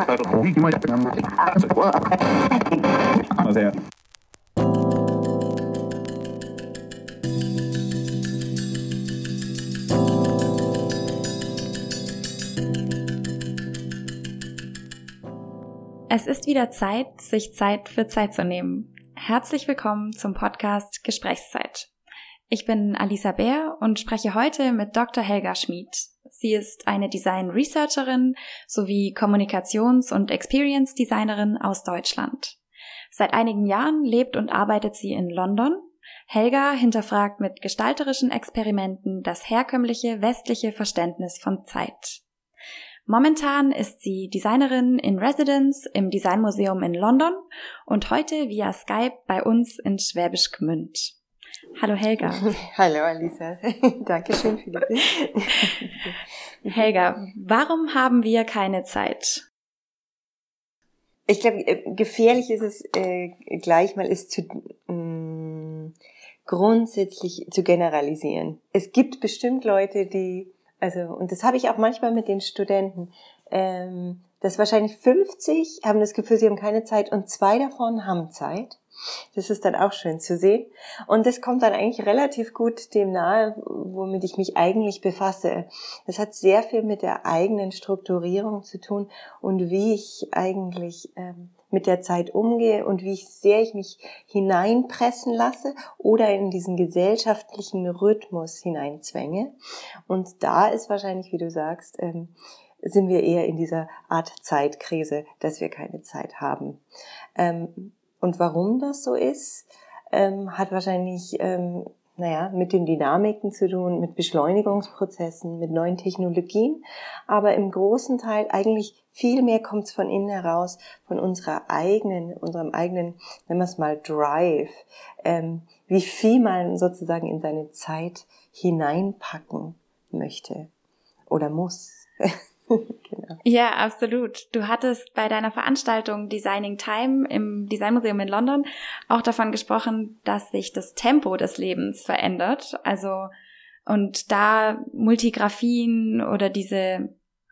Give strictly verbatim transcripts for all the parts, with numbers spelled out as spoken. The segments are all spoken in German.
Es ist wieder Zeit, sich Zeit für Zeit zu nehmen. Herzlich willkommen zum Podcast Gesprächszeit. Ich bin Alisa Bär und spreche heute mit Doktor Helga Schmid. Sie ist eine Design-Researcherin sowie Kommunikations- und Experience-Designerin aus Deutschland. Seit einigen Jahren lebt und arbeitet sie in London. Helga hinterfragt mit gestalterischen Experimenten das herkömmliche westliche Verständnis von Zeit. Momentan ist sie Designerin in Residence im Designmuseum in London und heute via Skype bei uns in Schwäbisch Gmünd. Hallo Helga. Hallo Alisa, Dankeschön für die Helga, warum haben wir keine Zeit? Ich glaube, gefährlich ist es äh, gleich mal, ist zu mh, grundsätzlich zu generalisieren. Es gibt bestimmt Leute, die, also und das habe ich auch manchmal mit den Studenten, ähm, dass wahrscheinlich fünfzig haben das Gefühl, sie haben keine Zeit und zwei davon haben Zeit. Das ist dann auch schön zu sehen. Und das kommt dann eigentlich relativ gut dem nahe, womit ich mich eigentlich befasse. Das hat sehr viel mit der eigenen Strukturierung zu tun und wie ich eigentlich ähm, mit der Zeit umgehe und wie sehr ich mich hineinpressen lasse oder in diesen gesellschaftlichen Rhythmus hineinzwänge. Und da ist wahrscheinlich, wie du sagst, ähm, sind wir eher in dieser Art Zeitkrise, dass wir keine Zeit haben. Ähm, Und warum das so ist, ähm, hat wahrscheinlich, ähm, naja, mit den Dynamiken zu tun, mit Beschleunigungsprozessen, mit neuen Technologien. Aber im großen Teil eigentlich viel mehr kommt es von innen heraus, von unserer eigenen, unserem eigenen, nennen wir es mal Drive, ähm, wie viel man sozusagen in seine Zeit hineinpacken möchte oder muss. Genau. Ja, absolut. Du hattest bei deiner Veranstaltung Designing Time im Designmuseum in London auch davon gesprochen, dass sich das Tempo des Lebens verändert. Also, und da Multigraphien oder diese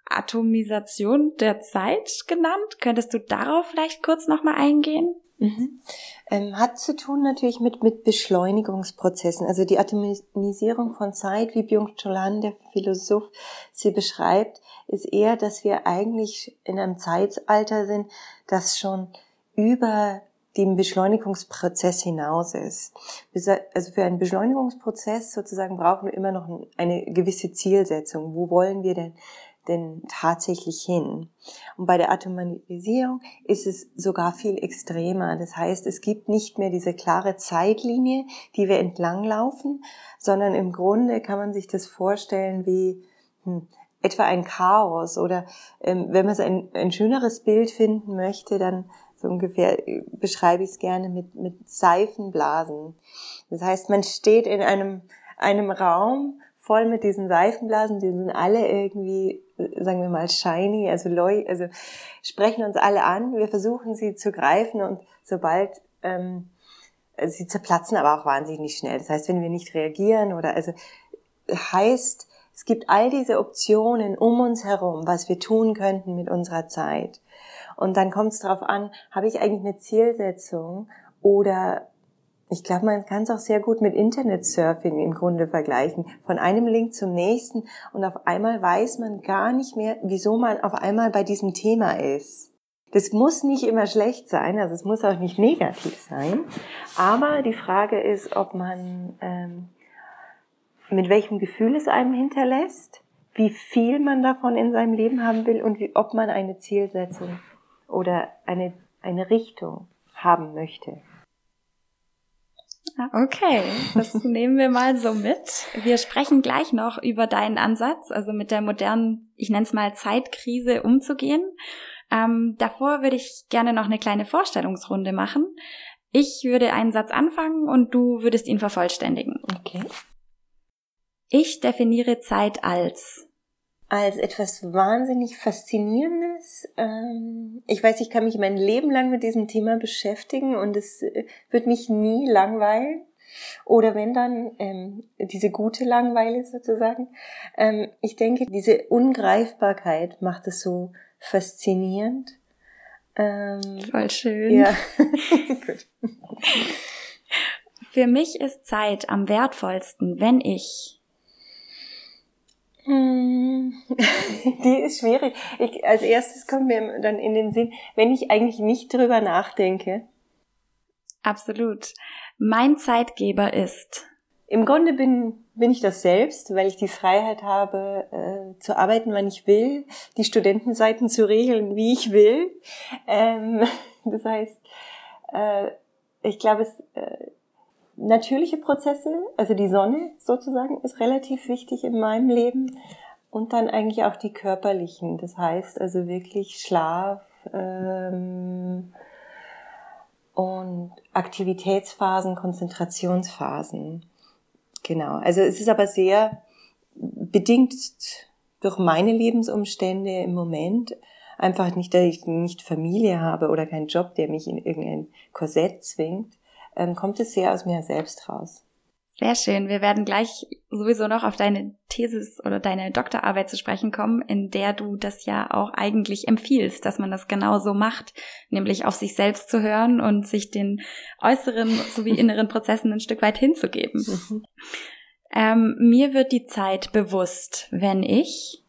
Atomisation der Zeit genannt. Könntest du darauf vielleicht kurz nochmal eingehen? Mhm. Ähm, hat zu tun natürlich mit, mit Beschleunigungsprozessen. Also die Atomisierung von Zeit, wie Byung-Chul Han, der Philosoph, sie beschreibt, ist eher, dass wir eigentlich in einem Zeitalter sind, das schon über den Beschleunigungsprozess hinaus ist. Also für einen Beschleunigungsprozess sozusagen brauchen wir immer noch eine gewisse Zielsetzung. Wo wollen wir denn denn tatsächlich hin? Und bei der Atomisierung ist es sogar viel extremer. Das heißt, es gibt nicht mehr diese klare Zeitlinie, die wir entlanglaufen, sondern im Grunde kann man sich das vorstellen wie hm, etwa ein Chaos oder ähm, wenn man so ein, ein schöneres Bild finden möchte, dann so ungefähr äh, beschreibe ich es gerne mit, mit Seifenblasen. Das heißt, man steht in einem, einem Raum voll mit diesen Seifenblasen, die sind alle irgendwie, sagen wir mal, shiny, also leu, also sprechen uns alle an. Wir versuchen sie zu greifen und sobald, ähm, also sie zerplatzen aber auch wahnsinnig schnell. Das heißt, wenn wir nicht reagieren oder, also heißt, es gibt all diese Optionen um uns herum, was wir tun könnten mit unserer Zeit. Und dann kommt es darauf an, habe ich eigentlich eine Zielsetzung oder ich glaube, man kann es auch sehr gut mit Internetsurfing im Grunde vergleichen. Von einem Link zum nächsten und auf einmal weiß man gar nicht mehr, wieso man auf einmal bei diesem Thema ist. Das muss nicht immer schlecht sein, also es muss auch nicht negativ sein. Aber die Frage ist, ob man, ähm, mit welchem Gefühl es einem hinterlässt, wie viel man davon in seinem Leben haben will und wie, ob man eine Zielsetzung oder eine, eine Richtung haben möchte. Okay, das nehmen wir mal so mit. Wir sprechen gleich noch über deinen Ansatz, also mit der modernen, ich nenne es mal Zeitkrise umzugehen. Ähm, davor würde ich gerne noch eine kleine Vorstellungsrunde machen. Ich würde einen Satz anfangen und du würdest ihn vervollständigen. Okay. Ich definiere Zeit als... Als etwas wahnsinnig Faszinierendes. Ich weiß, ich kann mich mein Leben lang mit diesem Thema beschäftigen und es wird mich nie langweilen. Oder wenn dann ähm, diese gute Langeweile sozusagen. Ähm, ich denke, diese Ungreifbarkeit macht es so faszinierend Ähm, Voll schön. Ja, gut. Für mich ist Zeit am wertvollsten, wenn ich... Die ist schwierig. Ich, als erstes kommt mir dann in den Sinn, wenn ich eigentlich nicht drüber nachdenke. Absolut. Mein Zeitgeber ist... Im Grunde bin, bin ich das selbst, weil ich die Freiheit habe, äh, zu arbeiten, wann ich will, die Studentenseiten zu regeln, wie ich will. Ähm, das heißt, äh, ich glaube, es äh, natürliche Prozesse, also die Sonne sozusagen, ist relativ wichtig in meinem Leben. Und dann eigentlich auch die körperlichen, das heißt also wirklich Schlaf ähm, und Aktivitätsphasen, Konzentrationsphasen. Genau, also es ist aber sehr bedingt durch meine Lebensumstände im Moment. Einfach nicht, dass ich nicht Familie habe oder keinen Job, der mich in irgendein Korsett zwingt, ähm, kommt es sehr aus mir selbst raus. Sehr schön. Wir werden gleich sowieso noch auf deine Thesis oder deine Doktorarbeit zu sprechen kommen, in der du das ja auch eigentlich empfiehlst, dass man das genau so macht, nämlich auf sich selbst zu hören und sich den äußeren sowie inneren Prozessen ein Stück weit hinzugeben. Mhm. Ähm, mir wird die Zeit bewusst, wenn ich...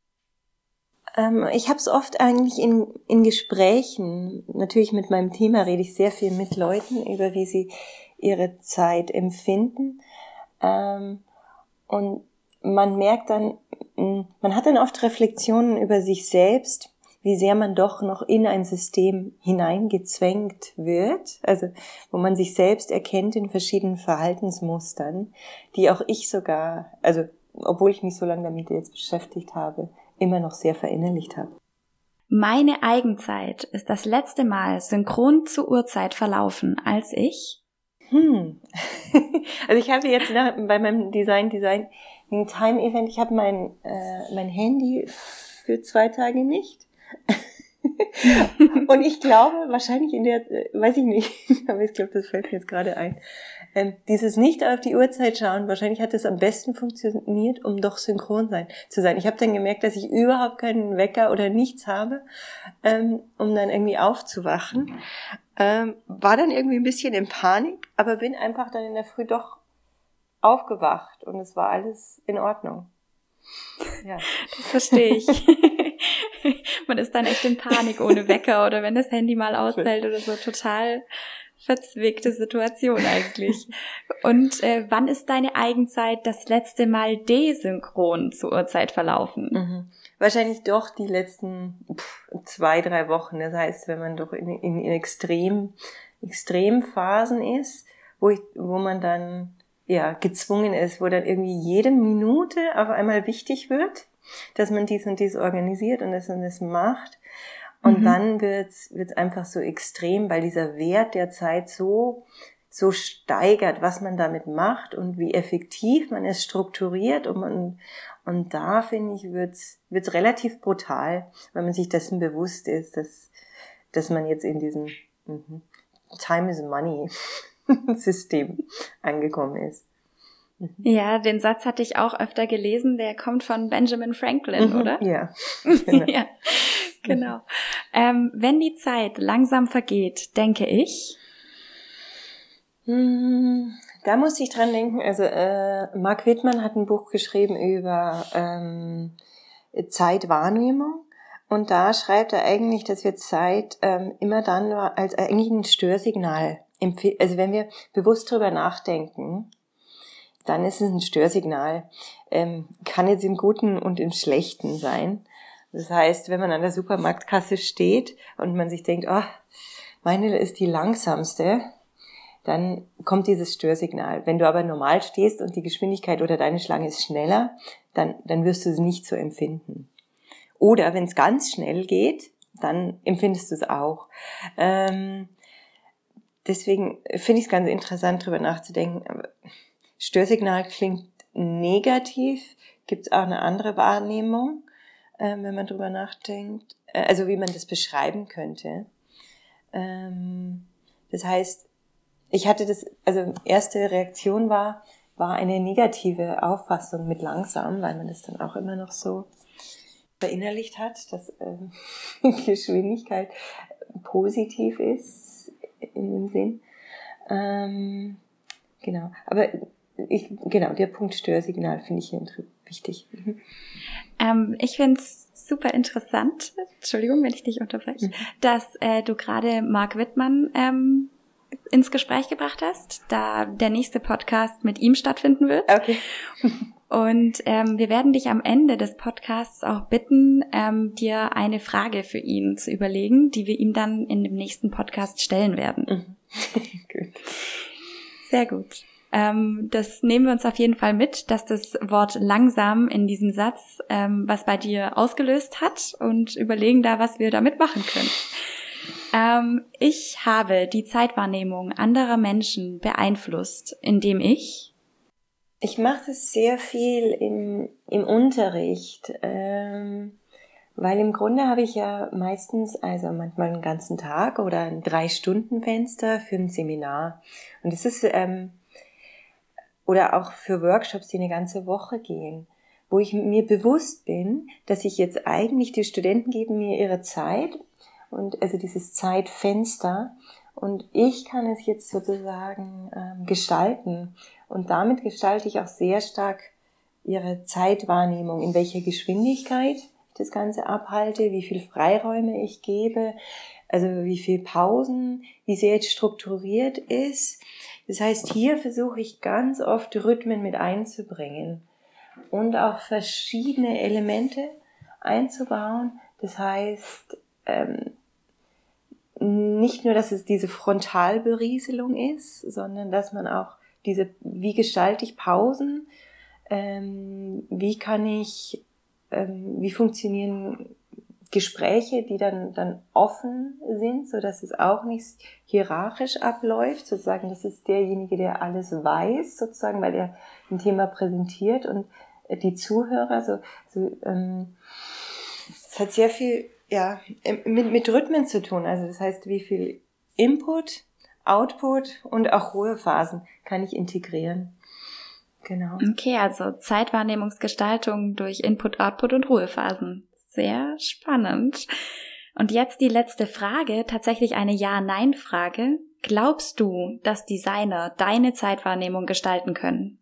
Ähm, ich habe es oft eigentlich in, in Gesprächen, natürlich mit meinem Thema rede ich sehr viel mit Leuten über, wie sie ihre Zeit empfinden. Ähm, und man merkt dann, man hat dann oft Reflexionen über sich selbst, wie sehr man doch noch in ein System hineingezwängt wird, also wo man sich selbst erkennt in verschiedenen Verhaltensmustern, die auch ich sogar, also obwohl ich mich so lange damit jetzt beschäftigt habe, immer noch sehr verinnerlicht habe. Meine Eigenzeit ist das letzte Mal synchron zur Uhrzeit verlaufen, als ich... Hm. Also ich habe jetzt nach, bei meinem Design Design Time Event, ich habe mein äh, mein Handy für zwei Tage nicht. Und ich glaube, wahrscheinlich in der, weiß ich nicht, aber ich glaube, das fällt mir jetzt gerade ein, ähm, dieses nicht auf die Uhrzeit schauen, wahrscheinlich hat es am besten funktioniert, um doch synchron sein, zu sein. Ich habe dann gemerkt, dass ich überhaupt keinen Wecker oder nichts habe, ähm, um dann irgendwie aufzuwachen. Ähm, war dann irgendwie ein bisschen in Panik, aber bin einfach dann in der Früh doch aufgewacht und es war alles in Ordnung. Ja. Das verstehe ich. Man ist dann echt in Panik ohne Wecker oder wenn das Handy mal ausfällt oder so, total verzwickte Situation eigentlich. Und äh, wann ist deine Eigenzeit das letzte Mal desynchron zur Uhrzeit verlaufen? Mhm. Wahrscheinlich doch die letzten pff, zwei, drei Wochen. Das heißt, wenn man doch in, in, in extrem, Extremphasen ist, wo ich, wo man dann ja gezwungen ist, wo dann irgendwie jede Minute auf einmal wichtig wird, dass man dies und dies organisiert und das und das macht. Und mhm. dann wird's wird's einfach so extrem, weil dieser Wert der Zeit so so steigert, was man damit macht und wie effektiv man es strukturiert und man und da finde ich wird's wird's relativ brutal, wenn man sich dessen bewusst ist, dass dass man jetzt in diesem mm, Time is Money System angekommen ist. Ja, den Satz hatte ich auch öfter gelesen, der kommt von Benjamin Franklin, mhm, oder? Ja. Genau. Ja, genau. Ähm, wenn die Zeit langsam vergeht, denke ich... Da muss ich dran denken, also äh, Mark Wittmann hat ein Buch geschrieben über ähm, Zeitwahrnehmung und da schreibt er eigentlich, dass wir Zeit ähm, immer dann als eigentlich ein Störsignal empfinden, also wenn wir bewusst drüber nachdenken, dann ist es ein Störsignal, ähm, kann jetzt im Guten und im Schlechten sein. Das heißt, wenn man an der Supermarktkasse steht und man sich denkt, oh, meine ist die langsamste, dann kommt dieses Störsignal. Wenn du aber normal stehst und die Geschwindigkeit oder deine Schlange ist schneller, dann, dann wirst du es nicht so empfinden. Oder wenn es ganz schnell geht, dann empfindest du es auch. Ähm, deswegen finde ich es ganz interessant, darüber nachzudenken. Aber Störsignal klingt negativ. Gibt es auch eine andere Wahrnehmung, äh, wenn man drüber nachdenkt? Äh, also wie man das beschreiben könnte. Ähm, das heißt, ich hatte das, also erste Reaktion war, war eine negative Auffassung mit langsam, weil man das dann auch immer noch so verinnerlicht hat, dass ähm, Geschwindigkeit positiv ist in dem Sinn. Ähm, genau, aber ich, genau, der Punkt Störsignal finde ich hier wichtig. Mhm. Ähm, ich finde es super interessant, Entschuldigung, wenn ich dich unterbreche, mhm. dass äh, du gerade Marc Wittmann ähm, ins Gespräch gebracht hast, da der nächste Podcast mit ihm stattfinden wird. Okay. Und ähm, wir werden dich am Ende des Podcasts auch bitten, ähm, dir eine Frage für ihn zu überlegen, die wir ihm dann in dem nächsten Podcast stellen werden. Mhm. Gut. Sehr gut. Ähm, das nehmen wir uns auf jeden Fall mit, dass das Wort langsam in diesem Satz ähm, was bei dir ausgelöst hat und überlegen da, was wir damit machen können. Ähm, ich habe die Zeitwahrnehmung anderer Menschen beeinflusst, indem ich Ich mache das sehr viel im, im Unterricht, ähm, weil im Grunde habe ich ja meistens, also manchmal einen ganzen Tag oder ein Drei-Stunden-Fenster für ein Seminar. Und das ist, ähm, oder auch für Workshops, die eine ganze Woche gehen, wo ich mir bewusst bin, dass ich jetzt eigentlich, die Studenten geben mir ihre Zeit, und also dieses Zeitfenster, und ich kann es jetzt sozusagen ähm, gestalten. Und damit gestalte ich auch sehr stark ihre Zeitwahrnehmung, in welcher Geschwindigkeit ich das Ganze abhalte, wie viel Freiräume ich gebe, also wie viel Pausen, wie sehr es strukturiert ist. Das heißt, hier versuche ich ganz oft Rhythmen mit einzubringen und auch verschiedene Elemente einzubauen. Das heißt, ähm, nicht nur, dass es diese Frontalberieselung ist, sondern dass man auch diese, wie gestalte ich Pausen, ähm, wie kann ich, ähm, wie funktionieren Gespräche, die dann, dann offen sind, so dass es auch nicht hierarchisch abläuft, sozusagen, das ist derjenige, der alles weiß, sozusagen, weil er ein Thema präsentiert, und die Zuhörer, so, so ähm, es hat sehr viel, ja, mit, mit Rhythmen zu tun, also das heißt, wie viel Input, Output und auch Ruhephasen kann ich integrieren. Genau. Okay, also Zeitwahrnehmungsgestaltung durch Input, Output und Ruhephasen. Sehr spannend. Und jetzt die letzte Frage, tatsächlich eine Ja-Nein-Frage. Glaubst du, dass Designer deine Zeitwahrnehmung gestalten können?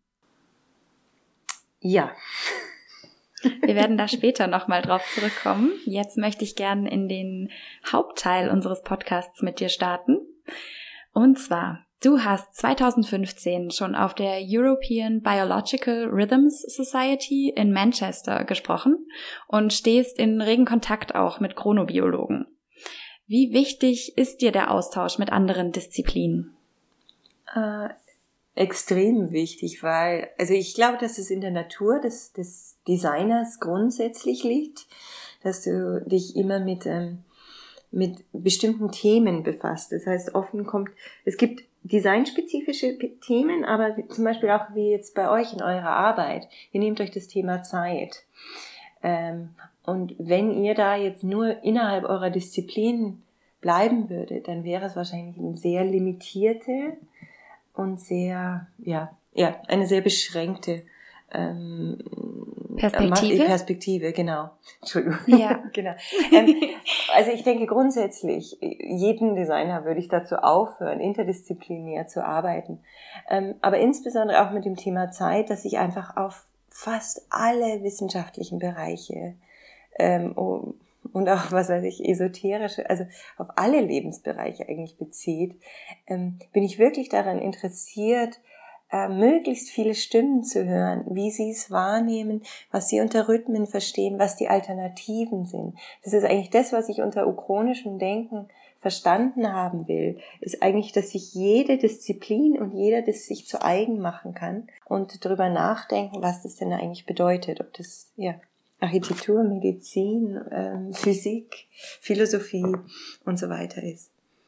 Ja. Wir werden da später nochmal drauf zurückkommen. Jetzt möchte ich gerne in den Hauptteil unseres Podcasts mit dir starten. Und zwar, du hast zwanzig fünfzehn schon auf der European Biological Rhythms Society in Manchester gesprochen und stehst in regen Kontakt auch mit Chronobiologen. Wie wichtig ist dir der Austausch mit anderen Disziplinen? Äh, extrem wichtig, weil, also ich glaube, dass es in der Natur des, des Designers grundsätzlich liegt, dass du dich immer mit, ähm, mit bestimmten Themen befasst. Das heißt, oft kommt, es gibt designspezifische Themen, aber zum Beispiel auch wie jetzt bei euch in eurer Arbeit. Ihr nehmt euch das Thema Zeit. Ähm, und wenn ihr da jetzt nur innerhalb eurer Disziplin bleiben würdet, dann wäre es wahrscheinlich eine sehr limitierte und sehr, ja, ja, eine sehr beschränkte ähm, Perspektive? Perspektive, genau. Entschuldigung. Ja. Genau. Ähm, also ich denke grundsätzlich, jeden Designer würde ich dazu aufhören, interdisziplinär zu arbeiten. Ähm, aber insbesondere auch mit dem Thema Zeit, dass ich einfach auf fast alle wissenschaftlichen Bereiche ähm, und auch, was weiß ich, esoterische, also auf alle Lebensbereiche eigentlich bezieht, ähm, bin ich wirklich daran interessiert, äh, möglichst viele Stimmen zu hören, wie sie es wahrnehmen, was sie unter Rhythmen verstehen, was die Alternativen sind. Das ist eigentlich das, was ich unter uchronischem Denken verstanden haben will, ist eigentlich, dass sich jede Disziplin und jeder das sich zu eigen machen kann und darüber nachdenken, was das denn eigentlich bedeutet, ob das, ja, Architektur, Medizin, ähm, Physik, Philosophie und so weiter ist.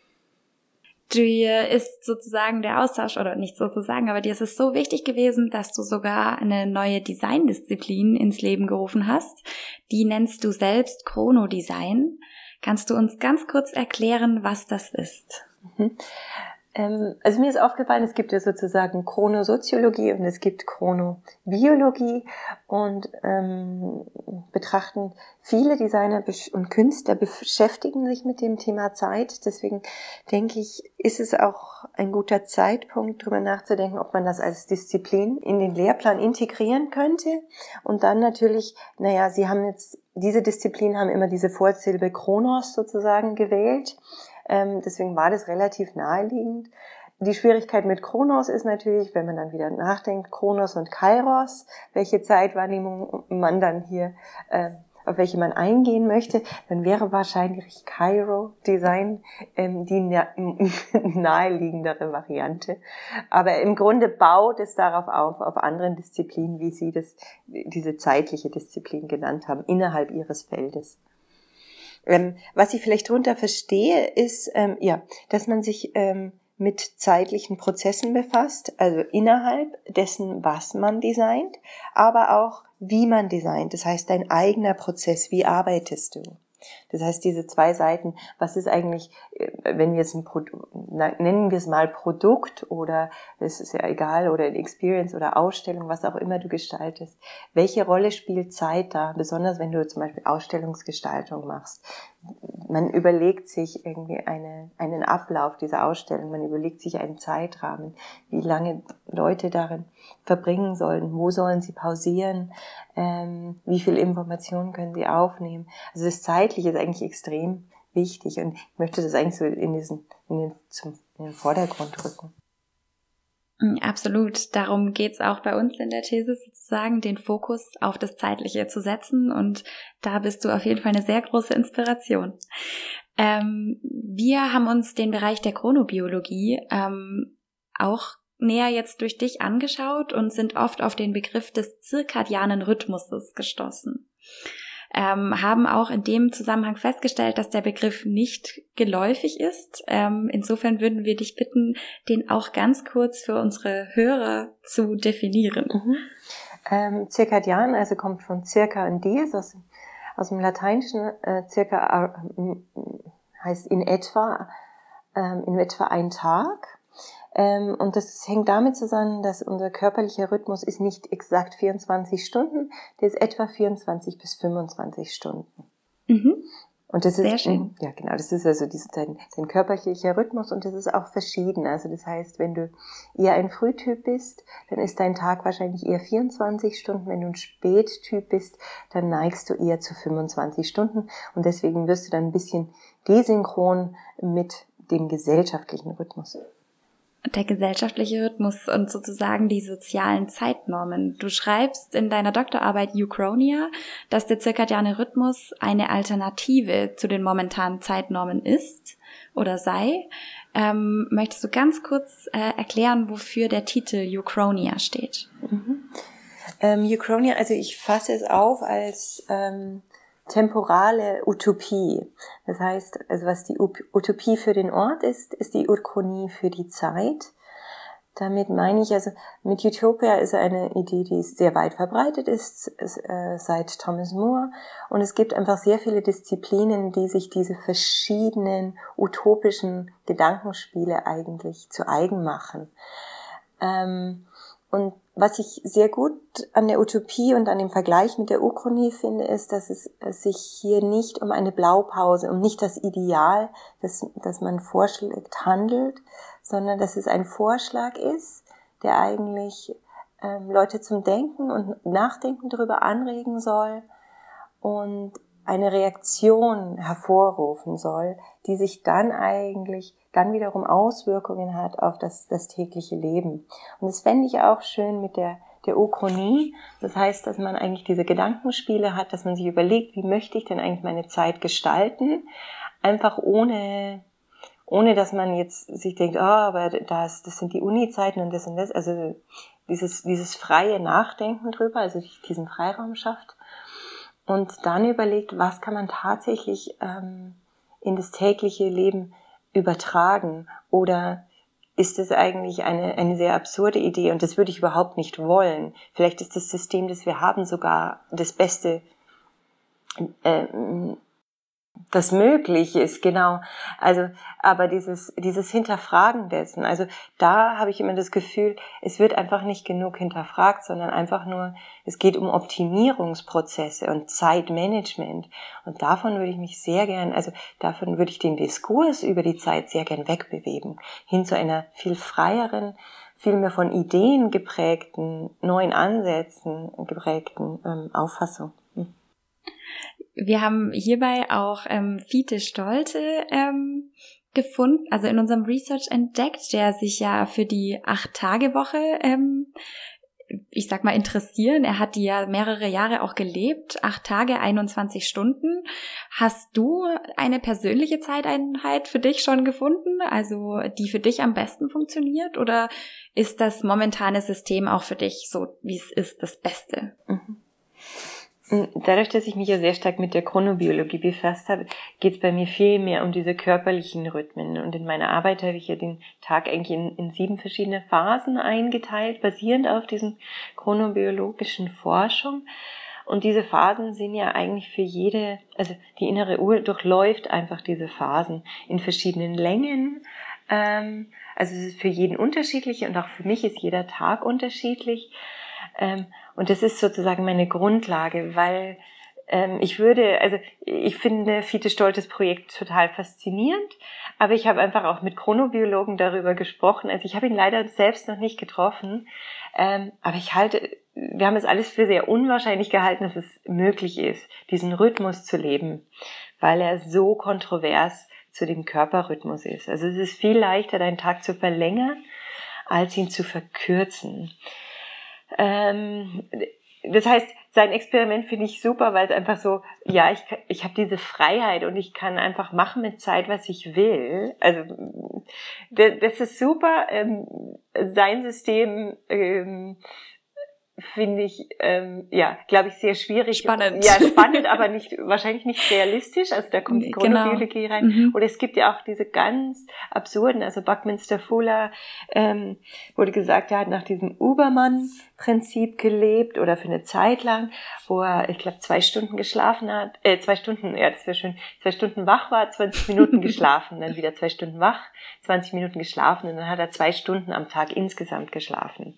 Dir ist sozusagen der Austausch, oder nicht sozusagen, aber dir ist es so wichtig gewesen, dass du sogar eine neue Designdisziplin ins Leben gerufen hast. Die nennst du selbst Chronodesign. Kannst du uns ganz kurz erklären, was das ist? Mhm. Ähm, also mir ist aufgefallen, es gibt ja sozusagen Chronosoziologie und es gibt Chronobiologie und ähm, betrachten viele Designer und Künstler beschäftigen sich mit dem Thema Zeit. Deswegen denke ich, ist es auch ein guter Zeitpunkt, darüber nachzudenken, ob man das als Disziplin in den Lehrplan integrieren könnte. Und dann natürlich, naja, Sie haben jetzt, diese Disziplinen haben immer diese Vorsilbe Chronos sozusagen gewählt. Ähm, deswegen war das relativ naheliegend. Die Schwierigkeit mit Chronos ist natürlich, wenn man dann wieder nachdenkt, Chronos und Kairos, welche Zeitwahrnehmung man dann hier, äh, auf welche man eingehen möchte, dann wäre wahrscheinlich Kairo-Design ähm, die na- naheliegendere Variante. Aber im Grunde baut es darauf auf, auf anderen Disziplinen, wie Sie das, diese zeitliche Disziplin genannt haben, innerhalb Ihres Feldes. Ähm, was ich vielleicht darunter verstehe, ist, ähm, ja, dass man sich ähm, mit zeitlichen Prozessen befasst, also innerhalb dessen, was man designt, aber auch, wie man designt. Das heißt, dein eigener Prozess, wie arbeitest du? Das heißt, diese zwei Seiten, was ist eigentlich, wenn wir es ein Produkt, nennen wir es mal Produkt oder es ist ja egal, oder eine Experience oder Ausstellung, was auch immer du gestaltest. Welche Rolle spielt Zeit da? Besonders wenn du zum Beispiel Ausstellungsgestaltung machst. Man überlegt sich irgendwie eine, einen Ablauf dieser Ausstellung, man überlegt sich einen Zeitrahmen, wie lange Leute darin verbringen sollen, wo sollen sie pausieren, ähm, wie viel Informationen können sie aufnehmen. Also das Zeitliche ist eigentlich extrem wichtig und ich möchte das eigentlich so in diesen, in den, zum, in den Vordergrund rücken. Absolut. Darum geht's auch bei uns in der These sozusagen, den Fokus auf das Zeitliche zu setzen, und da bist du auf jeden Fall eine sehr große Inspiration. Ähm, wir haben uns den Bereich der Chronobiologie ähm, auch näher jetzt durch dich angeschaut und sind oft auf den Begriff des zirkadianen Rhythmuses gestoßen. Ähm, haben auch in dem Zusammenhang festgestellt, dass der Begriff nicht geläufig ist. Ähm, insofern würden wir dich bitten, den auch ganz kurz für unsere Hörer zu definieren. Mhm. Ähm, Zirkadian, also kommt von circa und dies, aus, aus dem Lateinischen, äh, circa äh, heißt in etwa, äh, in etwa ein Tag. Ähm, und das hängt damit zusammen, dass unser körperlicher Rhythmus ist nicht exakt vierundzwanzig Stunden, der ist etwa vierundzwanzig bis fünfundzwanzig Stunden. Mhm. Und das Sehr ist, schön. ja genau, das ist also diese, dein, dein körperlicher Rhythmus, und das ist auch verschieden. Also das heißt, wenn du eher ein Frühtyp bist, dann ist dein Tag wahrscheinlich eher vierundzwanzig Stunden. Wenn du ein Spättyp bist, dann neigst du eher zu fünfundzwanzig Stunden. Und deswegen wirst du dann ein bisschen desynchron mit dem gesellschaftlichen Rhythmus. Der gesellschaftliche Rhythmus und sozusagen die sozialen Zeitnormen. Du schreibst in deiner Doktorarbeit Uchronia, dass der zirkadiane Rhythmus eine Alternative zu den momentanen Zeitnormen ist oder sei. Ähm, möchtest du ganz kurz äh, erklären, wofür der Titel Uchronia steht? Mhm. Ähm, Uchronia, also ich fasse es auf als ähm, temporale Utopie. Das heißt, also was die Utopie für den Ort ist, ist die Uchronie für die Zeit. Damit meine ich, also mit Utopia ist eine Idee, die sehr weit verbreitet ist, ist äh, seit Thomas More, und es gibt einfach sehr viele Disziplinen, die sich diese verschiedenen utopischen Gedankenspiele eigentlich zu eigen machen. Ähm, und was ich sehr gut an der Utopie und an dem Vergleich mit der Uchronie finde, ist, dass es sich hier nicht um eine Blaupause, um nicht das Ideal, das, das man vorschlägt, handelt, sondern dass es ein Vorschlag ist, der eigentlich ähm, Leute zum Denken und Nachdenken darüber anregen soll und eine Reaktion hervorrufen soll, die sich dann eigentlich dann wiederum Auswirkungen hat auf das, das tägliche Leben. Und das fände ich auch schön mit der, der Uchronie. Das heißt, dass man eigentlich diese Gedankenspiele hat, dass man sich überlegt, wie möchte ich denn eigentlich meine Zeit gestalten? Einfach ohne, ohne dass man jetzt sich denkt, oh, aber das, das sind die Uni-Zeiten und das und das. Also dieses, dieses freie Nachdenken drüber, also diesen Freiraum schafft. Und dann überlegt, was kann man tatsächlich ähm, in das tägliche Leben übertragen, oder ist es eigentlich eine, eine sehr absurde Idee und das würde ich überhaupt nicht wollen. Vielleicht ist das System, das wir haben, sogar das Beste, äh, das möglich ist, genau. Also, aber dieses, dieses Hinterfragen dessen, also da habe ich immer das Gefühl, es wird einfach nicht genug hinterfragt, sondern einfach nur, es geht um Optimierungsprozesse und Zeitmanagement. Und davon würde ich mich sehr gern, also davon würde ich den Diskurs über die Zeit sehr gern wegbewegen, hin zu einer viel freieren, viel mehr von Ideen geprägten, neuen Ansätzen geprägten ähm, Auffassung. Hm. Wir haben hierbei auch ähm, Fiete Stolte ähm, gefunden, also in unserem Research entdeckt, der sich ja für die Acht-Tage-Woche, ähm, ich sag mal, interessieren. Er hat die ja mehrere Jahre auch gelebt, acht Tage, einundzwanzig Stunden. Hast du eine persönliche Zeiteinheit für dich schon gefunden, also die für dich am besten funktioniert, oder ist das momentane System auch für dich so, wie es ist, das Beste? Mhm. Dadurch, dass ich mich ja sehr stark mit der Chronobiologie befasst habe, geht es bei mir viel mehr um diese körperlichen Rhythmen. Und in meiner Arbeit habe ich ja den Tag eigentlich in, in sieben verschiedene Phasen eingeteilt, basierend auf diesen chronobiologischen Forschung. Und diese Phasen sind ja eigentlich für jede, also die innere Uhr durchläuft einfach diese Phasen in verschiedenen Längen. Ähm, also es ist für jeden unterschiedlich und auch für mich ist jeder Tag unterschiedlich. Ähm, und das ist sozusagen meine Grundlage, weil ähm, ich würde, also ich finde Fiete Stoltes Projekt total faszinierend, aber ich habe einfach auch mit Chronobiologen darüber gesprochen. Also ich habe ihn leider selbst noch nicht getroffen, ähm, aber ich halte, wir haben es alles für sehr unwahrscheinlich gehalten, dass es möglich ist, diesen Rhythmus zu leben, weil er so kontrovers zu dem Körperrhythmus ist. Also es ist viel leichter, deinen Tag zu verlängern, als ihn zu verkürzen. Ähm, das heißt, sein Experiment finde ich super, weil es einfach so, ja, ich, ich habe diese Freiheit und ich kann einfach machen mit Zeit, was ich will. Also das ist super. Ähm, sein System ähm, finde ich, ähm, ja, glaube ich, sehr schwierig. Spannend. Ja, spannend, aber nicht, wahrscheinlich nicht realistisch. Also da kommt die Chronobiologie genau. rein. Mhm. Oder es gibt ja auch diese ganz absurden, also Buckminster Fuller ähm, wurde gesagt, er hat nach diesem Ubermann-Prinzip gelebt oder für eine Zeit lang, wo er, ich glaube, zwei Stunden geschlafen hat, äh, zwei Stunden, ja, das wäre schön, zwei Stunden wach war, zwanzig Minuten geschlafen, dann wieder zwei Stunden wach, zwanzig Minuten geschlafen und dann hat er zwei Stunden am Tag insgesamt geschlafen.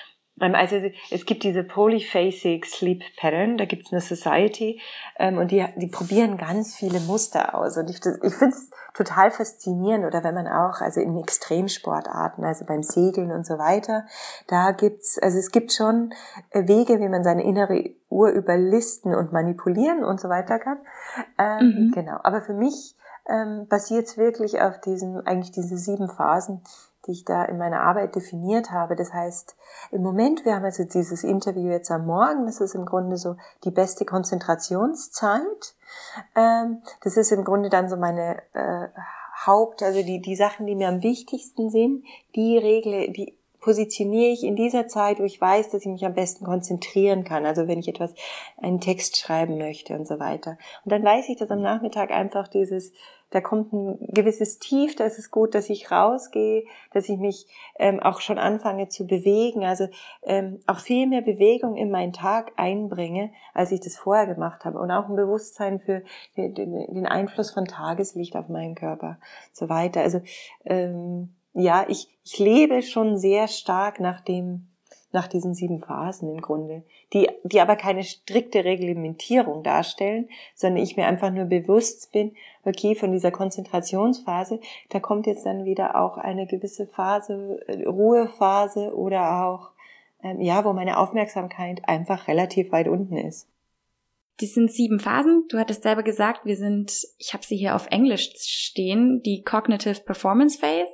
Also es gibt diese Polyphasic Sleep Pattern, da gibt es eine Society ähm, und die, die probieren ganz viele Muster aus und ich, ich finde es total faszinierend, oder wenn man auch, also in Extremsportarten, also beim Segeln und so weiter, da gibt's, also es gibt schon Wege, wie man seine innere Uhr überlisten und manipulieren und so weiter kann. Ähm, mhm. Genau, aber für mich ähm, basiert es wirklich auf diesen, eigentlich diese sieben Phasen, die ich da in meiner Arbeit definiert habe. Das heißt, im Moment, wir haben also dieses Interview jetzt am Morgen, das ist im Grunde so die beste Konzentrationszeit. Ähm, das ist im Grunde dann so meine äh, Haupt, also die, die Sachen, die mir am wichtigsten sind, die regle, die positioniere ich in dieser Zeit, wo ich weiß, dass ich mich am besten konzentrieren kann. Also wenn ich etwas, einen Text schreiben möchte und so weiter. Und dann weiß ich, dass am Nachmittag einfach dieses, da kommt ein gewisses Tief, da ist es gut, dass ich rausgehe, dass ich mich ähm, auch schon anfange zu bewegen, also ähm, auch viel mehr Bewegung in meinen Tag einbringe, als ich das vorher gemacht habe. Und auch ein Bewusstsein für den, den Einfluss von Tageslicht auf meinen Körper, so weiter. Also ähm, ja, ich, ich lebe schon sehr stark nach dem, nach diesen sieben Phasen im Grunde, die, die aber keine strikte Reglementierung darstellen, sondern ich mir einfach nur bewusst bin, okay, von dieser Konzentrationsphase, da kommt jetzt dann wieder auch eine gewisse Phase, Ruhephase oder auch, ähm, ja, wo meine Aufmerksamkeit einfach relativ weit unten ist. Das sind sieben Phasen. Du hattest selber gesagt, wir sind, ich habe sie hier auf Englisch stehen, die Cognitive Performance Phase.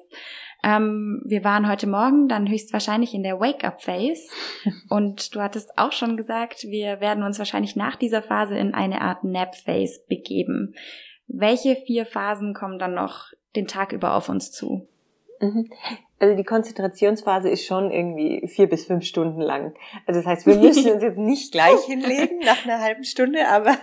Ähm, wir waren heute Morgen dann höchstwahrscheinlich in der Wake-up-Phase und du hattest auch schon gesagt, wir werden uns wahrscheinlich nach dieser Phase in eine Art Nap-Phase begeben. Welche vier Phasen kommen dann noch den Tag über auf uns zu? Also die Konzentrationsphase ist schon irgendwie vier bis fünf Stunden lang. Also das heißt, wir müssen uns jetzt nicht gleich hinlegen nach einer halben Stunde, aber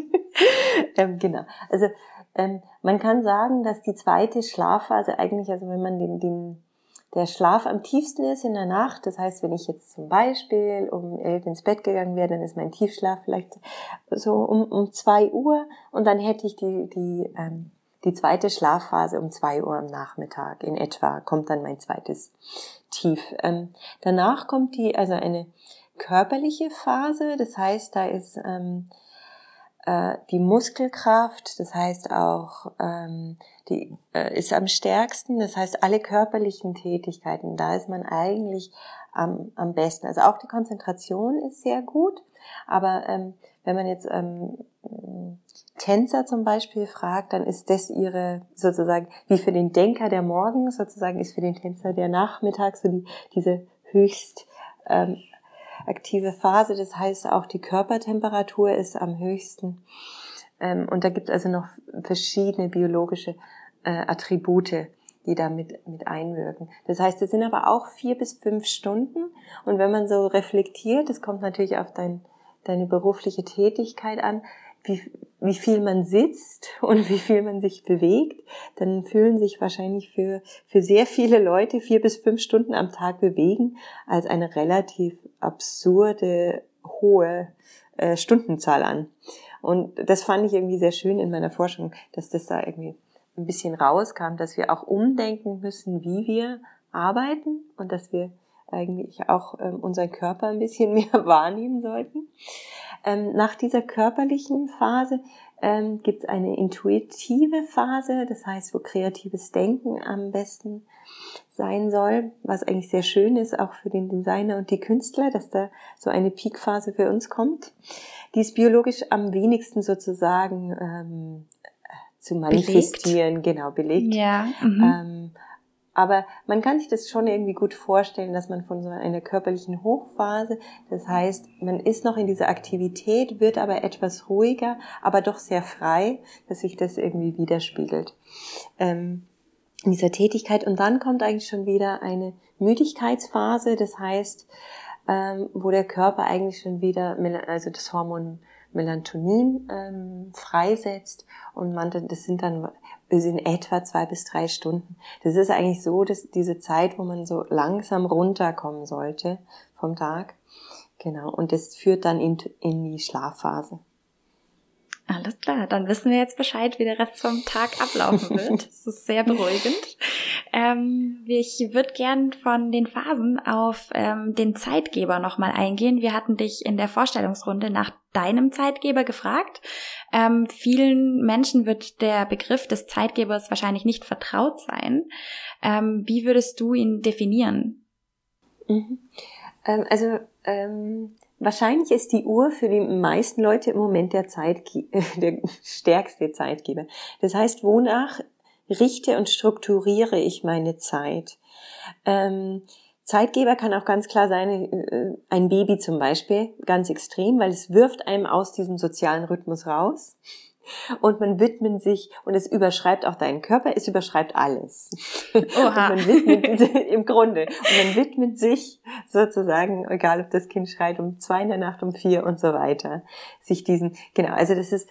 ähm, genau. Also ähm, man kann sagen, dass die zweite Schlafphase eigentlich, also wenn man den, den der Schlaf am tiefsten ist in der Nacht. Das heißt, wenn ich jetzt zum Beispiel um elf ins Bett gegangen wäre, dann ist mein Tiefschlaf vielleicht so um, um zwei Uhr und dann hätte ich die, die, ähm, die zweite Schlafphase um zwei Uhr am Nachmittag in etwa, kommt dann mein zweites Tief. Ähm, danach kommt die, also eine körperliche Phase, das heißt, da ist ähm, äh, die Muskelkraft, das heißt auch, ähm, die äh, ist am stärksten, das heißt alle körperlichen Tätigkeiten, da ist man eigentlich am, am besten. Also auch die Konzentration ist sehr gut, aber ähm, wenn man jetzt ähm, Tänzer zum Beispiel fragt, dann ist das ihre, sozusagen, wie für den Denker der Morgen, sozusagen ist für den Tänzer der Nachmittag so die, diese höchst ähm, aktive Phase. Das heißt, auch die Körpertemperatur ist am höchsten. Ähm, und da gibt es also noch verschiedene biologische äh, Attribute, die da mit, mit einwirken. Das heißt, es sind aber auch vier bis fünf Stunden. Und wenn man so reflektiert, das kommt natürlich auf dein, deine berufliche Tätigkeit an, wie, wie viel man sitzt und wie viel man sich bewegt, dann fühlen sich wahrscheinlich für, für sehr viele Leute vier bis fünf Stunden am Tag bewegen als eine relativ absurde, hohe äh, Stundenzahl an. Und das fand ich irgendwie sehr schön in meiner Forschung, dass das da irgendwie ein bisschen rauskam, dass wir auch umdenken müssen, wie wir arbeiten und dass wir eigentlich auch ähm, unseren Körper ein bisschen mehr wahrnehmen sollten. Ähm, nach dieser körperlichen Phase ähm, gibt es eine intuitive Phase, das heißt, wo kreatives Denken am besten sein soll, was eigentlich sehr schön ist, auch für den Designer und die Künstler, dass da so eine Peakphase für uns kommt. Die ist biologisch am wenigsten sozusagen ähm, zu manifestieren, belegt. genau, belegt. Ja. Mhm. Ähm, aber man kann sich das schon irgendwie gut vorstellen, dass man von so einer körperlichen Hochphase, das heißt, man ist noch in dieser Aktivität, wird aber etwas ruhiger, aber doch sehr frei, dass sich das irgendwie widerspiegelt ähm, in dieser Tätigkeit. Und dann kommt eigentlich schon wieder eine Müdigkeitsphase, das heißt, ähm, wo der Körper eigentlich schon wieder, also das Hormon Melatonin ähm, freisetzt und man, das sind dann bis in etwa zwei bis drei Stunden. Das ist eigentlich so, dass diese Zeit, wo man so langsam runterkommen sollte vom Tag. Genau. Und das führt dann in, in die Schlafphase. Alles klar, dann wissen wir jetzt Bescheid, wie der Rest vom Tag ablaufen wird. Das ist sehr beruhigend. Ähm, ich würde gern von den Phasen auf ähm, den Zeitgeber nochmal eingehen. Wir hatten dich in der Vorstellungsrunde nach deinem Zeitgeber gefragt. Ähm, vielen Menschen wird der Begriff des Zeitgebers wahrscheinlich nicht vertraut sein. Ähm, wie würdest du ihn definieren? Mhm. Ähm, also ähm wahrscheinlich ist die Uhr für die meisten Leute im Moment der, Zeitge- der stärkste Zeitgeber. Das heißt, wonach richte und strukturiere ich meine Zeit? Ähm, Zeitgeber kann auch ganz klar sein, äh, ein Baby zum Beispiel, ganz extrem, weil es wirft einem aus diesem sozialen Rhythmus raus. Und man widmet sich, und es überschreibt auch deinen Körper, es überschreibt alles. Oha. Und man widmet, im Grunde, und man widmet sich sozusagen, egal ob das Kind schreit um zwei in der Nacht, um vier und so weiter, sich diesen, genau, also das ist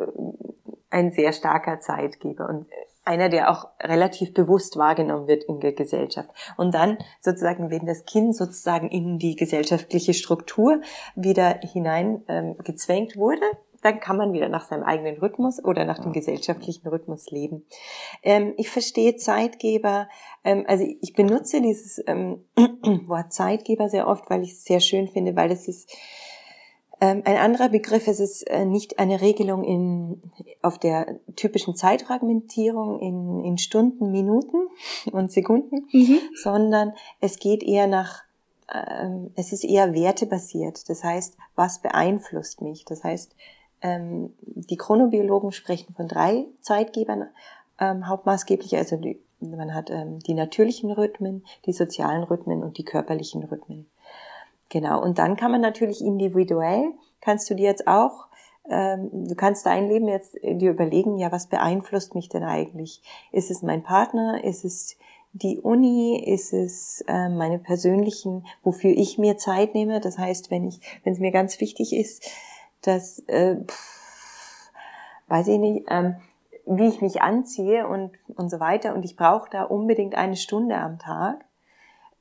ein sehr starker Zeitgeber und einer, der auch relativ bewusst wahrgenommen wird in der Gesellschaft. Und dann sozusagen, wenn das Kind sozusagen in die gesellschaftliche Struktur wieder hinein ähm, gezwängt wurde, dann kann man wieder nach seinem eigenen Rhythmus oder nach dem gesellschaftlichen Rhythmus leben. Ähm, ich verstehe Zeitgeber, ähm, also ich benutze dieses ähm, Wort Zeitgeber sehr oft, weil ich es sehr schön finde, weil es ist ähm, ein anderer Begriff. Es ist äh, nicht eine Regelung in auf der typischen Zeitfragmentierung in, in Stunden, Minuten und Sekunden, mhm. sondern es geht eher nach ähm, es ist eher wertebasiert. Das heißt, was beeinflusst mich? Das heißt, ähm, die Chronobiologen sprechen von drei Zeitgebern ähm, hauptmaßgeblich. Also die, man hat ähm, die natürlichen Rhythmen, die sozialen Rhythmen und die körperlichen Rhythmen. Genau. Und dann kann man natürlich individuell, kannst du dir jetzt auch, ähm, du kannst dein Leben jetzt dir überlegen, ja, was beeinflusst mich denn eigentlich? Ist es mein Partner? Ist es die Uni? Ist es äh, meine persönlichen, wofür ich mir Zeit nehme? Das heißt, wenn ich, wenn es mir ganz wichtig ist, dass, äh, pff, weiß ich nicht, ähm, wie ich mich anziehe und und so weiter, und ich brauche da unbedingt eine Stunde am Tag,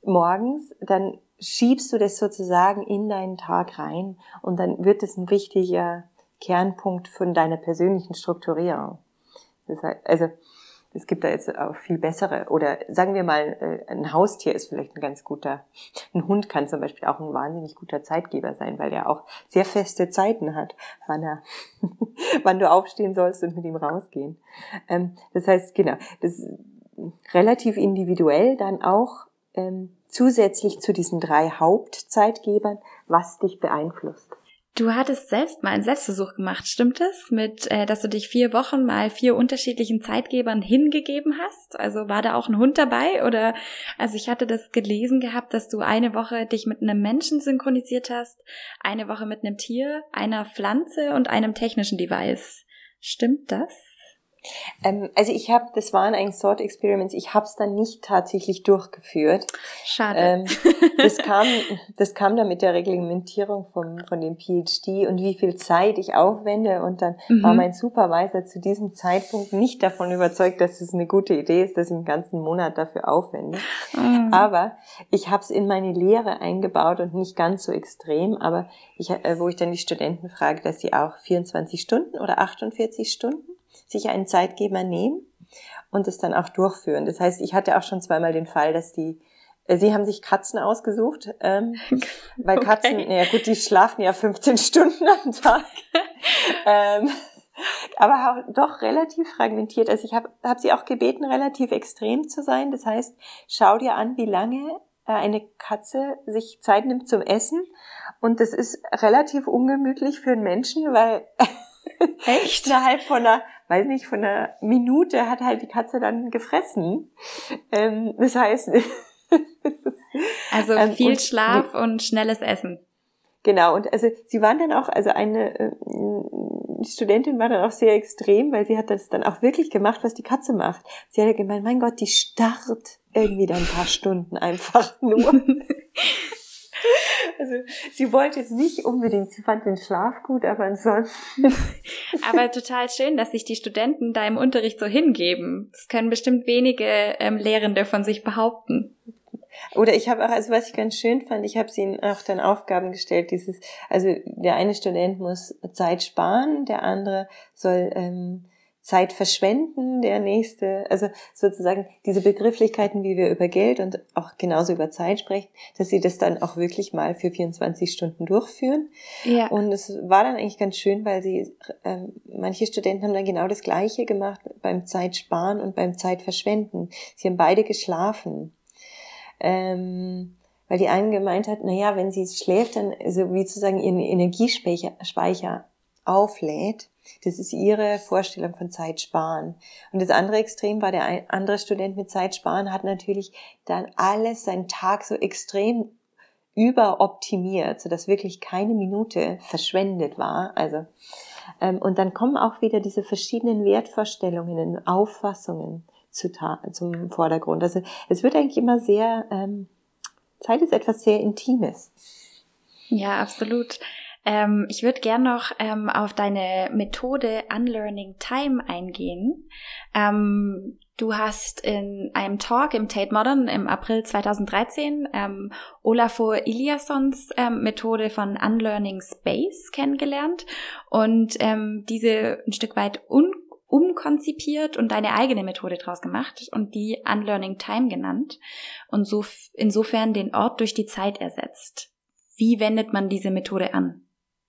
morgens, dann schiebst du das sozusagen in deinen Tag rein und dann wird es ein wichtiger Kernpunkt von deiner persönlichen Strukturierung. Das heißt, also es gibt da jetzt auch viel bessere, oder sagen wir mal, ein Haustier ist vielleicht ein ganz guter, ein Hund kann zum Beispiel auch ein wahnsinnig guter Zeitgeber sein, weil er auch sehr feste Zeiten hat, wann er, wann du aufstehen sollst und mit ihm rausgehen. Das heißt, genau, das ist relativ individuell dann auch ähm, zusätzlich zu diesen drei Hauptzeitgebern, was dich beeinflusst. Du hattest selbst mal einen Selbstversuch gemacht, stimmt es? Mit, äh, dass du dich vier Wochen mal vier unterschiedlichen Zeitgebern hingegeben hast? Also war da auch ein Hund dabei? Oder, also ich hatte das gelesen gehabt, dass du eine Woche dich mit einem Menschen synchronisiert hast, eine Woche mit einem Tier, einer Pflanze und einem technischen Device. Stimmt das? Ähm, also ich habe, das waren eigentlich Thought Experiments, ich habe es dann nicht tatsächlich durchgeführt. Schade. Ähm, das kam, das kam dann mit der Reglementierung vom, von dem P H D und wie viel Zeit ich aufwende, und dann mhm. war mein Supervisor zu diesem Zeitpunkt nicht davon überzeugt, dass es eine gute Idee ist, dass ich einen ganzen Monat dafür aufwende. Mhm. Aber ich habe es in meine Lehre eingebaut und nicht ganz so extrem, aber ich, äh, wo ich dann die Studenten frage, dass sie auch vierundzwanzig Stunden oder achtundvierzig Stunden sich einen Zeitgeber nehmen und es dann auch durchführen. Das heißt, ich hatte auch schon zweimal den Fall, dass die, äh, sie haben sich Katzen ausgesucht, ähm, weil okay. Katzen, naja gut, die schlafen ja fünfzehn Stunden am Tag, ähm, aber auch doch relativ fragmentiert. Also ich habe hab sie auch gebeten, relativ extrem zu sein. Das heißt, schau dir an, wie lange äh, eine Katze sich Zeit nimmt zum Essen, und das ist relativ ungemütlich für einen Menschen, weil echt? Innerhalb von einer, weiß nicht, von einer Minute hat halt die Katze dann gefressen. Ähm, das heißt, also viel und, Schlaf und schnelles Essen. Genau, und also sie waren dann auch, also eine äh, Studentin war dann auch sehr extrem, weil sie hat das dann auch wirklich gemacht, was die Katze macht. Sie hat ja gemeint, mein Gott, die starrt irgendwie dann ein paar Stunden einfach nur. Also sie wollte jetzt nicht unbedingt, sie fand den Schlaf gut, aber ansonsten. Aber total schön, dass sich die Studenten da im Unterricht so hingeben. Das können bestimmt wenige ähm, Lehrende von sich behaupten. Oder ich habe auch, also was ich ganz schön fand, ich habe sie ihnen auch dann Aufgaben gestellt, dieses, also der eine Student muss Zeit sparen, der andere soll ähm, Zeit verschwenden, der nächste, also sozusagen diese Begrifflichkeiten, wie wir über Geld und auch genauso über Zeit sprechen, dass sie das dann auch wirklich mal für vierundzwanzig Stunden durchführen. Ja. Und es war dann eigentlich ganz schön, weil sie, äh, manche Studenten haben dann genau das Gleiche gemacht beim Zeitsparen und beim Zeitverschwenden. Sie haben beide geschlafen. Ähm, weil die eine gemeint hat, naja, wenn sie schläft, dann, also wie sozusagen ihren Energiespeicher Speicher auflädt. Das ist ihre Vorstellung von Zeit sparen. Und das andere Extrem war, der ein, andere Student mit Zeit sparen hat natürlich dann alles, seinen Tag so extrem überoptimiert, sodass wirklich keine Minute verschwendet war. Also ähm, und dann kommen auch wieder diese verschiedenen Wertvorstellungen und Auffassungen zu ta- zum Vordergrund. Also es wird eigentlich immer sehr, ähm, Zeit ist etwas sehr Intimes. Ja, absolut. Ähm, ich würde gern noch ähm, auf deine Methode Unlearning Time eingehen. Ähm, du hast in einem Talk im Tate Modern im April zweitausenddreizehn ähm, Olafur Eliassons ähm, Methode von Unlearning Space kennengelernt und ähm, diese ein Stück weit un- umkonzipiert und deine eigene Methode draus gemacht und die Unlearning Time genannt und so f- insofern den Ort durch die Zeit ersetzt. Wie wendet man diese Methode an?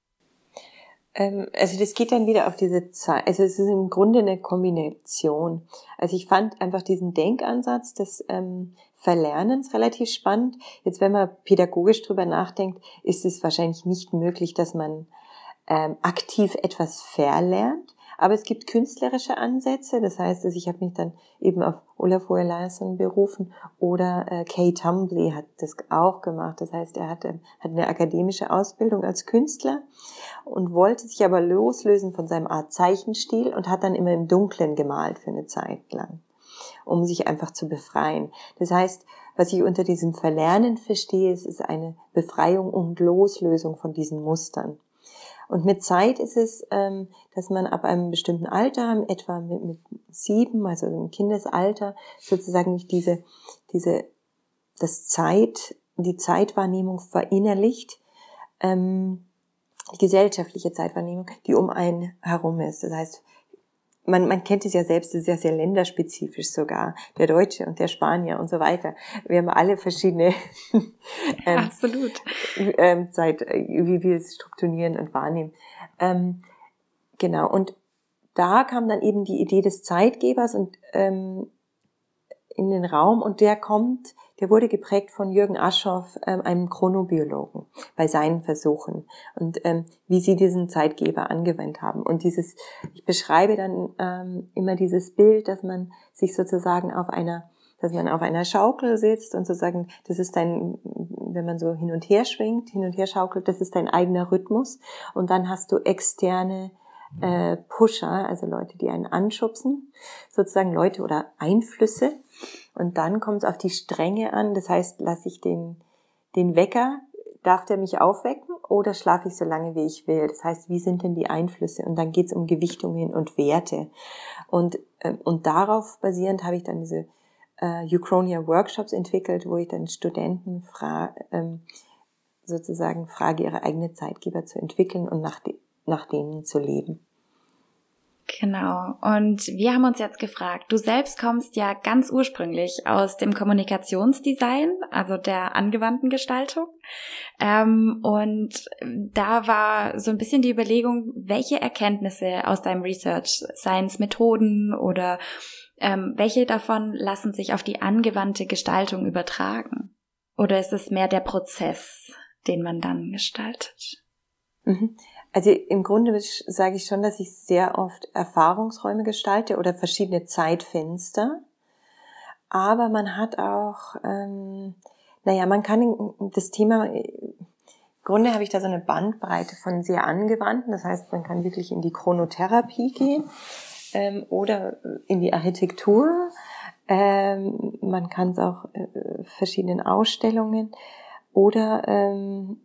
Also das geht dann wieder auf diese Zeit, also es ist im Grunde eine Kombination. Also ich fand einfach diesen Denkansatz des ähm, Verlernens relativ spannend. Jetzt, wenn man pädagogisch drüber nachdenkt, ist es wahrscheinlich nicht möglich, dass man ähm, aktiv etwas verlernt. Aber es gibt künstlerische Ansätze, das heißt, also ich habe mich dann eben auf Olafur Eliasson berufen oder äh, Kay Tumbly hat das auch gemacht. Das heißt, er hat, äh, hat eine akademische Ausbildung als Künstler und wollte sich aber loslösen von seinem Art Zeichenstil und hat dann immer im Dunkeln gemalt für eine Zeit lang, um sich einfach zu befreien. Das heißt, was ich unter diesem Verlernen verstehe, es ist eine Befreiung und Loslösung von diesen Mustern. Und mit Zeit ist es, ähm, dass man ab einem bestimmten Alter, etwa mit, mit sieben, also im Kindesalter, sozusagen nicht diese, diese das Zeit, die Zeitwahrnehmung verinnerlicht, ähm, die gesellschaftliche Zeitwahrnehmung, die um einen herum ist. Das heißt, man, man kennt es ja selbst, es ist ja sehr länderspezifisch sogar, der Deutsche und der Spanier und so weiter. Wir haben alle verschiedene ähm, Absolut. ähm, Zeit, wie wir es strukturieren und wahrnehmen. Ähm, genau, und da kam dann eben die Idee des Zeitgebers und ähm, in den Raum, und der kommt, der wurde geprägt von Jürgen Aschoff, ähm, einem Chronobiologen, bei seinen Versuchen und ähm, wie sie diesen Zeitgeber angewendet haben. Und dieses, ich beschreibe dann ähm, immer dieses Bild, dass man sich sozusagen auf einer, dass man auf einer Schaukel sitzt und sozusagen, das ist dein, wenn man so hin und her schwingt, hin und her schaukelt, das ist dein eigener Rhythmus, und dann hast du externe äh, Pusher, also Leute, die einen anschubsen, sozusagen Leute oder Einflüsse. Und dann kommt es auf die Strenge an, das heißt, lasse ich den, den Wecker, darf der mich aufwecken oder schlafe ich so lange, wie ich will? Das heißt, wie sind denn die Einflüsse? Und dann geht es um Gewichtungen und Werte. Und, äh, und darauf basierend habe ich dann diese äh, Uchronia Workshops entwickelt, wo ich dann Studenten fra- ähm, sozusagen frage, ihre eigene Zeitgeber zu entwickeln und nach, de- nach denen zu leben. Genau. Und wir haben uns jetzt gefragt, du selbst kommst ja ganz ursprünglich aus dem Kommunikationsdesign, also der angewandten Gestaltung. Ähm, und da war so ein bisschen die Überlegung, welche Erkenntnisse aus deinem Research, seien es Methoden oder ähm, welche davon lassen sich auf die angewandte Gestaltung übertragen? Oder ist es mehr der Prozess, den man dann gestaltet? Mhm. Also im Grunde sage ich schon, dass ich sehr oft Erfahrungsräume gestalte oder verschiedene Zeitfenster. Aber man hat auch, ähm, naja, man kann das Thema, im Grunde habe ich da so eine Bandbreite von sehr angewandten. Das heißt, man kann wirklich in die Chronotherapie gehen ähm, oder in die Architektur. Ähm, man kann es auch äh, verschiedenen Ausstellungen oder ähm,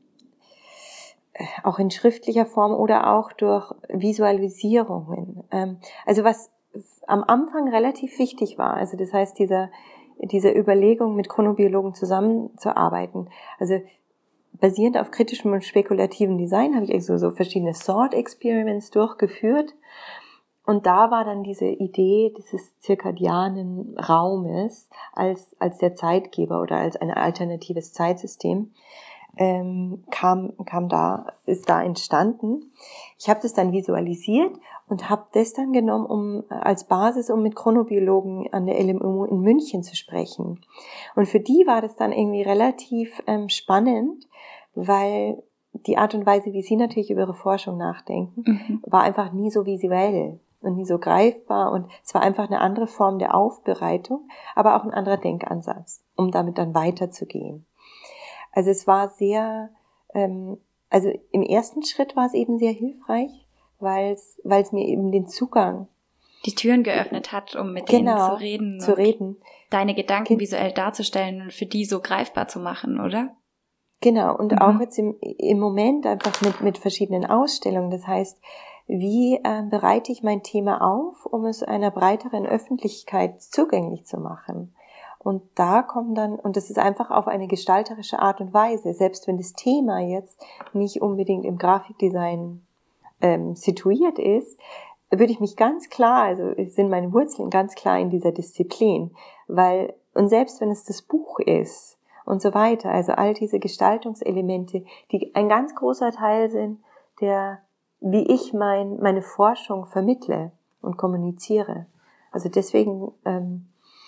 auch in schriftlicher Form oder auch durch Visualisierungen. Also was am Anfang relativ wichtig war, also das heißt, dieser, diese Überlegung, mit Chronobiologen zusammenzuarbeiten, also basierend auf kritischem und spekulativen Design habe ich also so verschiedene Thought Experiments durchgeführt, und da war dann diese Idee dieses zirkadianen Raumes als, als der Zeitgeber oder als ein alternatives Zeitsystem. Ähm, kam, kam da, ist da entstanden. Ich habe das dann visualisiert und habe das dann genommen, um als Basis, um mit Chronobiologen an der L M U in München zu sprechen. Und für die war das dann irgendwie relativ ähm, spannend, weil die Art und Weise, wie sie natürlich über ihre Forschung nachdenken, mhm. war einfach nie so visuell und nie so greifbar, und es war einfach eine andere Form der Aufbereitung, aber auch ein anderer Denkansatz, um damit dann weiterzugehen. Also es war sehr, ähm, also im ersten Schritt war es eben sehr hilfreich, weil es, weil es mir eben den Zugang, die Türen geöffnet hat, um mit genau, denen zu reden, zu reden, deine Gedanken visuell darzustellen und für die so greifbar zu machen, oder? Genau, und mhm. auch jetzt im, im Moment einfach mit, mit verschiedenen Ausstellungen. Das heißt, wie äh, bereite ich mein Thema auf, um es einer breiteren Öffentlichkeit zugänglich zu machen? Und da kommen dann, und das ist einfach auf eine gestalterische Art und Weise, selbst wenn das Thema jetzt nicht unbedingt im Grafikdesign ähm, situiert ist, würde ich mich ganz klar, also sind meine Wurzeln ganz klar in dieser Disziplin, weil, und selbst wenn es das Buch ist und so weiter, also all diese Gestaltungselemente, die ein ganz großer Teil sind, der, wie ich mein, meine Forschung vermittle und kommuniziere. Also deswegen ähm,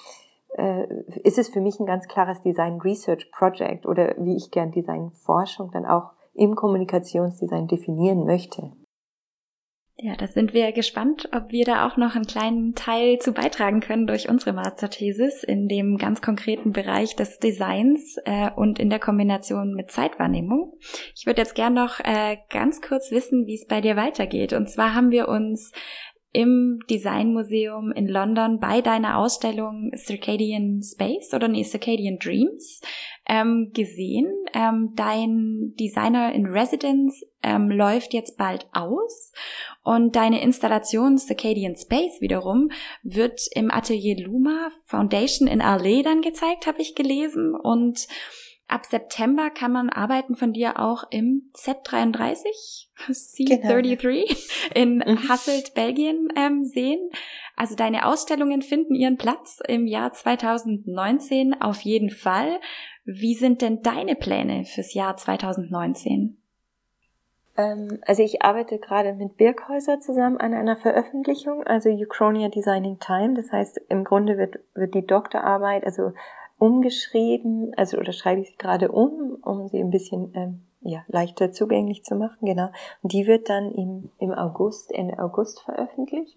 ist es für mich ein ganz klares Design Research Project oder wie ich gern Design Forschung dann auch im Kommunikationsdesign definieren möchte. Ja, da sind wir gespannt, ob wir da auch noch einen kleinen Teil zu beitragen können durch unsere Masterthesis in dem ganz konkreten Bereich des Designs äh, und in der Kombination mit Zeitwahrnehmung. Ich würde jetzt gern noch äh, ganz kurz wissen, wie es bei dir weitergeht. Und zwar haben wir uns im Designmuseum in London bei deiner Ausstellung Circadian Space oder nee, Circadian Dreams ähm, gesehen. Ähm, dein Designer in Residence ähm, läuft jetzt bald aus Und deine Installation Circadian Space wiederum wird im Atelier Luma Foundation in L A dann gezeigt, habe ich gelesen. Und ab September kann man Arbeiten von dir auch im Z dreiunddreißig, C dreiunddreißig genau. in mhm. Hasselt, Belgien ähm, sehen. Also deine Ausstellungen finden ihren Platz im Jahr zweitausendneunzehn auf jeden Fall. Wie sind denn deine Pläne fürs Jahr zweitausendneunzehn? Ähm, also ich arbeite gerade mit Birkhäuser zusammen an einer Veröffentlichung, also Uchronia Designing Time. Das heißt, im Grunde wird, wird die Doktorarbeit, also umgeschrieben, also oder schreibe ich sie gerade um, um sie ein bisschen ähm, ja, leichter zugänglich zu machen, genau. Und die wird dann im, im August, Ende August veröffentlicht.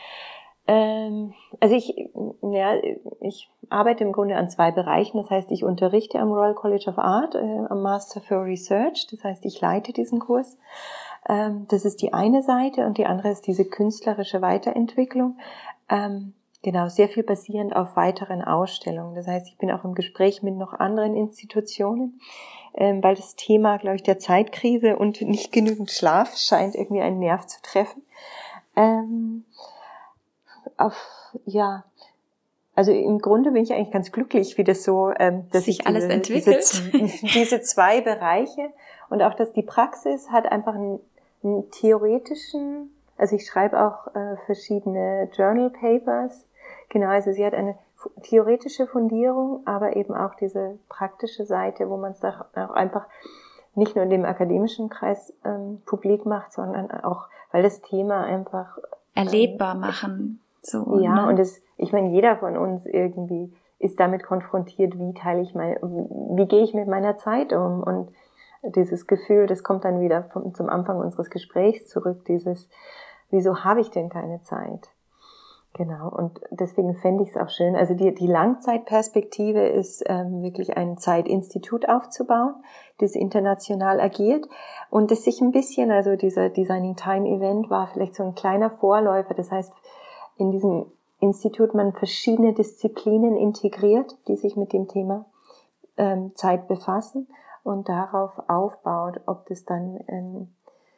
Ähm, also ich, ja, ich arbeite im Grunde an zwei Bereichen. Das heißt, ich unterrichte am Royal College of Art, äh, am Master for Research. Das heißt, ich leite diesen Kurs. Ähm, das ist die eine Seite und die andere ist diese künstlerische Weiterentwicklung. Ähm, Genau, sehr viel basierend auf weiteren Ausstellungen. Das heißt, ich bin auch im Gespräch mit noch anderen Institutionen, ähm, weil das Thema, glaube ich, der Zeitkrise und nicht genügend Schlaf scheint irgendwie einen Nerv zu treffen. Ähm, auf, ja, also im Grunde bin ich eigentlich ganz glücklich, wie das so, ähm, dass sich ich alles diese, entwickelt. Diese, diese zwei Bereiche und auch, dass die Praxis hat einfach einen, einen theoretischen, also ich schreibe auch äh, verschiedene Journal Papers. Genau, also sie hat eine theoretische Fundierung, aber eben auch diese praktische Seite, wo man es auch einfach nicht nur in dem akademischen Kreis ähm, publik macht, sondern auch, weil das Thema einfach erlebbar ähm, machen. So, ja, ne? und es, ich meine, jeder von uns irgendwie ist damit konfrontiert, wie teile ich mein, wie gehe ich mit meiner Zeit um? Und dieses Gefühl, das kommt dann wieder vom, zum Anfang unseres Gesprächs zurück, dieses, wieso habe ich denn keine Zeit? Genau, und deswegen fände ich es auch schön. Also die, die Langzeitperspektive ist ähm, wirklich ein Zeitinstitut aufzubauen, das international agiert und das sich ein bisschen, also dieser Designing Time Event war vielleicht so ein kleiner Vorläufer. Das heißt, in diesem Institut man verschiedene Disziplinen integriert, die sich mit dem Thema ähm, Zeit befassen und darauf aufbaut, ob das dann ähm,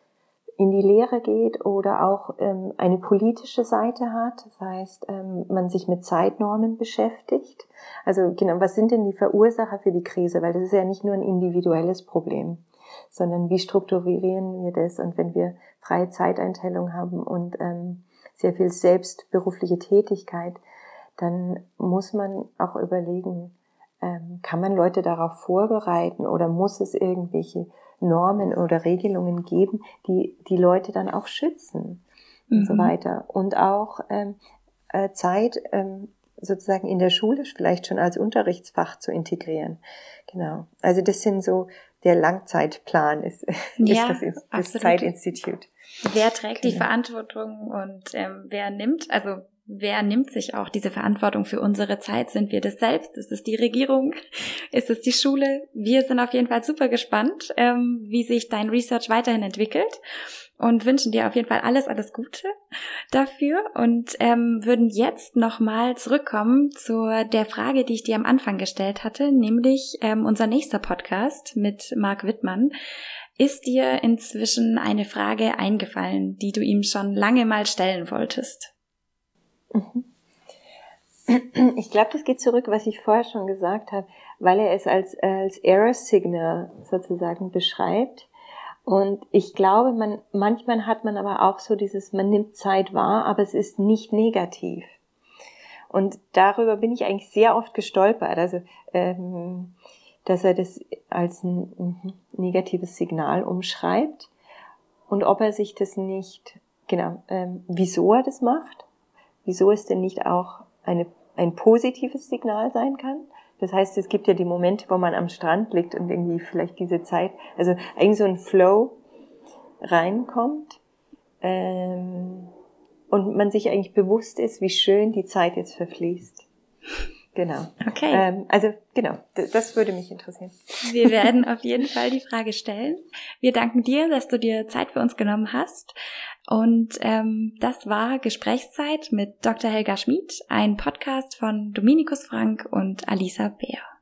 in die Lehre geht oder auch ähm, eine politische Seite hat. Das heißt, ähm, man sich mit Zeitnormen beschäftigt. Also genau, was sind denn die Verursacher für die Krise? Weil das ist ja nicht nur ein individuelles Problem, sondern wie strukturieren wir das? Und wenn wir freie Zeiteinteilung haben und ähm, sehr viel selbstberufliche Tätigkeit, dann muss man auch überlegen, ähm, kann man Leute darauf vorbereiten oder muss es irgendwelche Normen oder Regelungen geben, die die Leute dann auch schützen und mhm. so weiter. Und auch ähm, äh, Zeit ähm, sozusagen in der Schule vielleicht schon als Unterrichtsfach zu integrieren. Genau. Also das sind so, der Langzeitplan ist, ja, ist das, das Zeitinstitut. Wer trägt genau. die Verantwortung und ähm, wer nimmt, also wer nimmt sich auch diese Verantwortung für unsere Zeit? Sind wir das selbst? Ist es die Regierung? Ist es die Schule? Wir sind auf jeden Fall super gespannt, ähm, wie sich dein Research weiterhin entwickelt und wünschen dir auf jeden Fall alles, alles Gute dafür und ähm, würden jetzt nochmal zurückkommen zu der Frage, die ich dir am Anfang gestellt hatte, nämlich ähm, unser nächster Podcast mit Marc Wittmann. Ist dir inzwischen eine Frage eingefallen, die du ihm schon lange mal stellen wolltest? Ich glaube, das geht zurück, was ich vorher schon gesagt habe, weil er es als, als Error Signal sozusagen beschreibt. Und ich glaube, man, manchmal hat man aber auch so dieses, man nimmt Zeit wahr, aber es ist nicht negativ. Und darüber bin ich eigentlich sehr oft gestolpert, also, ähm, dass er das als ein, ein negatives Signal umschreibt und ob er sich das nicht, genau, ähm, wieso er das macht. Wieso es denn nicht auch eine, ein positives Signal sein kann? Das heißt, es gibt ja die Momente, wo man am Strand liegt und irgendwie vielleicht diese Zeit, also eigentlich so ein Flow reinkommt ähm, und man sich eigentlich bewusst ist, wie schön die Zeit jetzt verfließt. Genau. Okay. Ähm, also genau, d- das würde mich interessieren. Wir werden auf jeden Fall die Frage stellen. Wir danken dir, dass du dir Zeit für uns genommen hast. Und ähm, das war Gesprächszeit mit Doktor Helga Schmid, ein Podcast von Dominikus Frank und Alisa Beer.